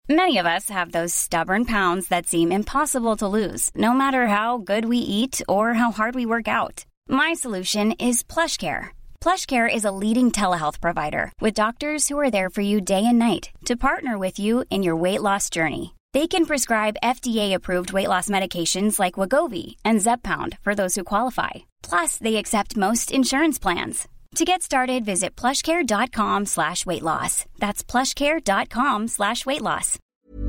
Many of us have those stubborn pounds that seem impossible to lose, no matter how good we eat or how hard we work out. My solution is PlushCare. PlushCare is a leading telehealth provider with doctors who are there for you day and night to partner with you in your weight loss journey. They can prescribe FDA-approved weight loss medications like Wegovy and Zepbound for those who qualify. Plus, they accept most insurance plans. To get started, visit plushcare.com/weightloss. That's plushcare.com/weightloss.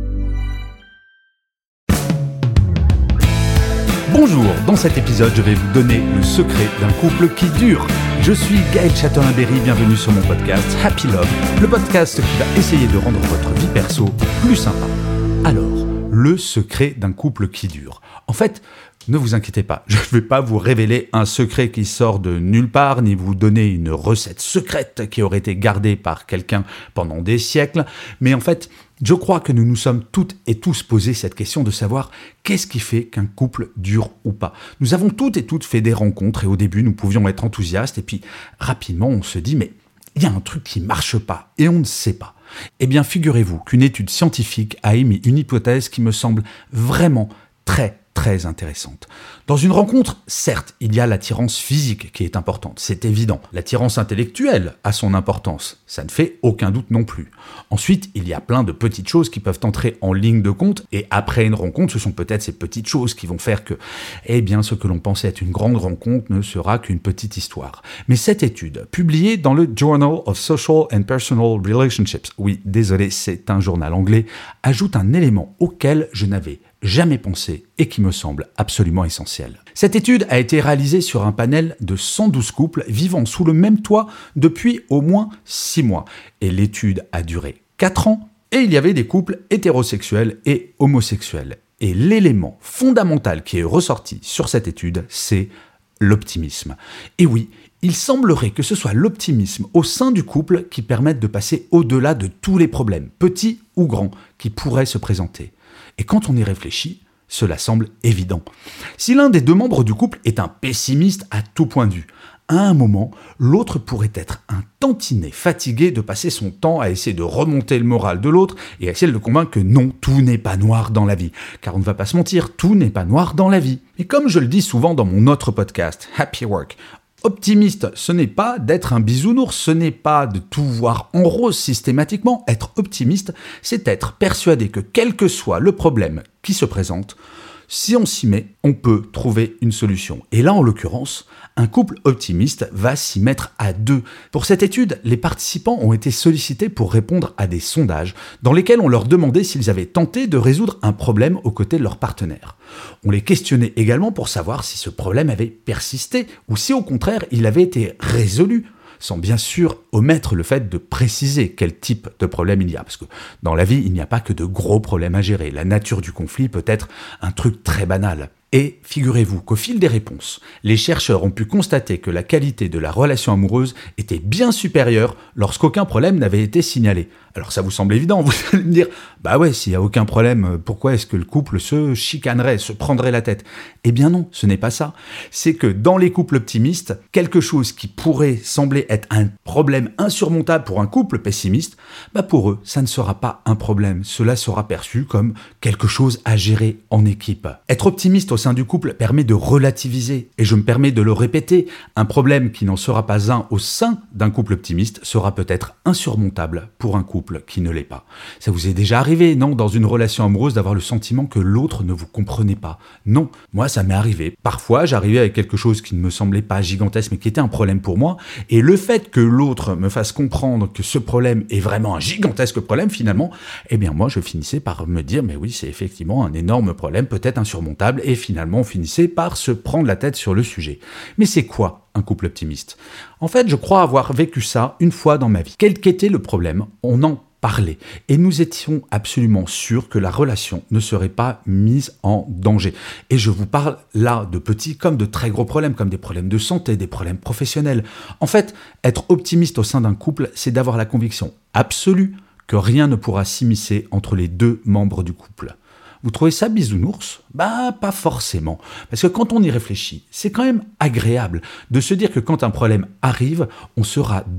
Bonjour, dans cet épisode, je vais vous donner le secret d'un couple qui dure. Je suis Gaël Châtelain-Berry, bienvenue sur mon podcast Happy Love, le podcast qui va essayer de rendre votre vie perso plus sympa. Alors, le secret d'un couple qui dure. En fait, ne vous inquiétez pas, je ne vais pas vous révéler un secret qui sort de nulle part, ni vous donner une recette secrète qui aurait été gardée par quelqu'un pendant des siècles, mais en fait, je crois que nous nous sommes toutes et tous posé cette question de savoir qu'est-ce qui fait qu'un couple dure ou pas. Nous avons toutes et toutes fait des rencontres et au début, nous pouvions être enthousiastes et puis rapidement, on se dit mais il y a un truc qui marche pas et on ne sait pas. Eh bien, figurez-vous qu'une étude scientifique a émis une hypothèse qui me semble vraiment très intéressante. Dans une rencontre, certes, il y a l'attirance physique qui est importante, c'est évident. L'attirance intellectuelle a son importance, ça ne fait aucun doute non plus. Ensuite, il y a plein de petites choses qui peuvent entrer en ligne de compte et après une rencontre, ce sont peut-être ces petites choses qui vont faire que, eh bien, ce que l'on pensait être une grande rencontre ne sera qu'une petite histoire. Mais cette étude, publiée dans le Journal of Social and Personal Relationships, oui, désolé, c'est un journal anglais, ajoute un élément auquel je n'avais jamais pensé et qui me semble absolument essentiel. Cette étude a été réalisée sur un panel de 112 couples vivant sous le même toit depuis au moins 6 mois. Et l'étude a duré 4 ans et il y avait des couples hétérosexuels et homosexuels. Et l'élément fondamental qui est ressorti sur cette étude, c'est l'optimisme. Et oui, il semblerait que ce soit l'optimisme au sein du couple qui permette de passer au-delà de tous les problèmes, petits ou grands, qui pourraient se présenter. Et quand on y réfléchit, cela semble évident. Si l'un des deux membres du couple est un pessimiste à tout point de vue, à un moment, l'autre pourrait être un tantinet fatigué de passer son temps à essayer de remonter le moral de l'autre et à essayer de le convaincre que non, tout n'est pas noir dans la vie. Car on ne va pas se mentir, tout n'est pas noir dans la vie. Et comme je le dis souvent dans mon autre podcast, Happy Work, optimiste, ce n'est pas d'être un bisounours, ce n'est pas de tout voir en rose systématiquement. Être optimiste, c'est être persuadé que quel que soit le problème qui se présente, si on s'y met, on peut trouver une solution. Et là, en l'occurrence, un couple optimiste va s'y mettre à 2. Pour cette étude, les participants ont été sollicités pour répondre à des sondages dans lesquels on leur demandait s'ils avaient tenté de résoudre un problème aux côtés de leur partenaire. On les questionnait également pour savoir si ce problème avait persisté ou si au contraire il avait été résolu, sans bien sûr omettre le fait de préciser quel type de problème il y a. Parce que dans la vie, il n'y a pas que de gros problèmes à gérer. La nature du conflit peut être un truc très banal. Et figurez-vous qu'au fil des réponses, les chercheurs ont pu constater que la qualité de la relation amoureuse était bien supérieure lorsqu'aucun problème n'avait été signalé. Alors ça vous semble évident, vous allez me dire, bah ouais, s'il n'y a aucun problème, pourquoi est-ce que le couple se chicanerait, se prendrait la tête ? Eh bien non, ce n'est pas ça. C'est que dans les couples optimistes, quelque chose qui pourrait sembler être un problème insurmontable pour un couple pessimiste, bah pour eux, ça ne sera pas un problème. Cela sera perçu comme quelque chose à gérer en équipe. Être optimiste au sein du couple permet de relativiser, et je me permets de le répéter, un problème qui n'en sera pas un au sein d'un couple optimiste sera peut-être insurmontable pour un couple qui ne l'est pas. Ça vous est déjà arrivé, non, dans une relation amoureuse, d'avoir le sentiment que l'autre ne vous comprenait pas? Non, moi ça m'est arrivé. Parfois, j'arrivais avec quelque chose qui ne me semblait pas gigantesque, mais qui était un problème pour moi, et le fait que l'autre me fasse comprendre que ce problème est vraiment un gigantesque problème, finalement, eh bien moi je finissais par me dire, mais oui, c'est effectivement un énorme problème, peut-être insurmontable, et finalement on finissait par se prendre la tête sur le sujet. Mais c'est quoi un couple optimiste? En fait, je crois avoir vécu ça une fois dans ma vie. Quel qu'était le problème, on en parlait. Et nous étions absolument sûrs que la relation ne serait pas mise en danger. Et je vous parle là de petits comme de très gros problèmes, comme des problèmes de santé, des problèmes professionnels. En fait, être optimiste au sein d'un couple, c'est d'avoir la conviction absolue que rien ne pourra s'immiscer entre les deux membres du couple. Vous trouvez ça bisounours ? Bah, pas forcément. Parce que quand on y réfléchit, c'est quand même agréable de se dire que quand un problème arrive, on sera deux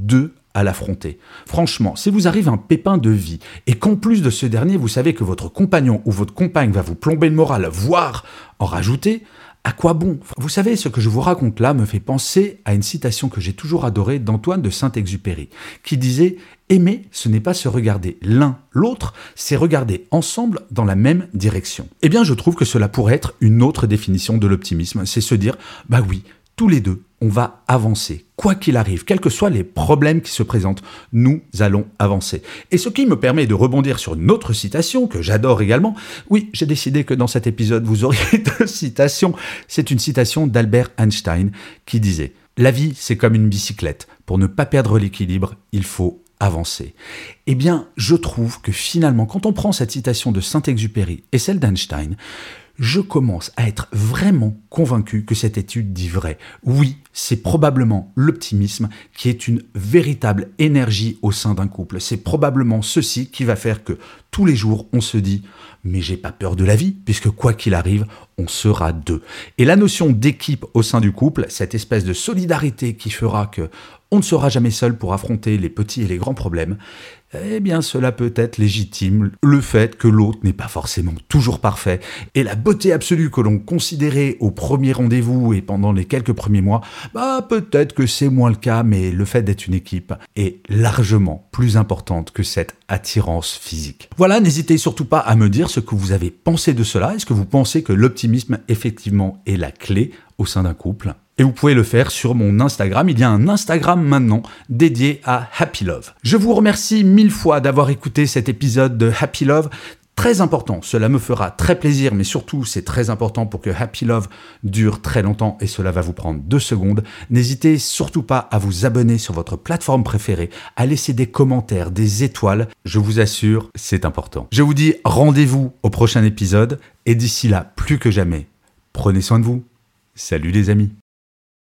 à l'affronter. Franchement, si vous arrive un pépin de vie et qu'en plus de ce dernier, vous savez que votre compagnon ou votre compagne va vous plomber le moral, voire en rajouter, à quoi bon ? Vous savez, ce que je vous raconte là me fait penser à une citation que j'ai toujours adorée d'Antoine de Saint-Exupéry, qui disait « Aimer, ce n'est pas se regarder l'un l'autre, c'est regarder ensemble dans la même direction. » Eh bien, je trouve que cela pourrait être une autre définition de l'optimisme, c'est se dire « Bah oui, tous les deux, on va avancer. Quoi qu'il arrive, quels que soient les problèmes qui se présentent, nous allons avancer. » Et ce qui me permet de rebondir sur une autre citation que j'adore également. Oui, j'ai décidé que dans cet épisode, vous auriez 2 citations. C'est une citation d'Albert Einstein qui disait « La vie, c'est comme une bicyclette. Pour ne pas perdre l'équilibre, il faut avancer. » Eh bien, je trouve que finalement, quand on prend cette citation de Saint-Exupéry et celle d'Einstein, je commence à être vraiment convaincu que cette étude dit vrai. Oui, c'est probablement l'optimisme qui est une véritable énergie au sein d'un couple. C'est probablement ceci qui va faire que tous les jours, on se dit « mais j'ai pas peur de la vie, puisque quoi qu'il arrive, on sera 2. » Et la notion d'équipe au sein du couple, cette espèce de solidarité qui fera que on ne sera jamais seul pour affronter les petits et les grands problèmes, eh bien cela peut être légitime, le fait que l'autre n'est pas forcément toujours parfait, et la beauté absolue que l'on considérait au premier rendez-vous et pendant les quelques premiers mois, bah peut-être que c'est moins le cas, mais le fait d'être une équipe est largement plus importante que cette attirance physique. Voilà, n'hésitez surtout pas à me dire ce que vous avez pensé de cela. Est-ce que vous pensez que l'optimisme effectivement est la clé au sein d'un couple ? Et vous pouvez le faire sur mon Instagram. Il y a un Instagram maintenant dédié à Happy Love. Je vous remercie 1000 fois d'avoir écouté cet épisode de Happy Love. Très important, cela me fera très plaisir, mais surtout c'est très important pour que Happy Love dure très longtemps et cela va vous prendre 2 secondes. N'hésitez surtout pas à vous abonner sur votre plateforme préférée, à laisser des commentaires, des étoiles. Je vous assure, c'est important. Je vous dis rendez-vous au prochain épisode et d'ici là, plus que jamais, prenez soin de vous. Salut les amis.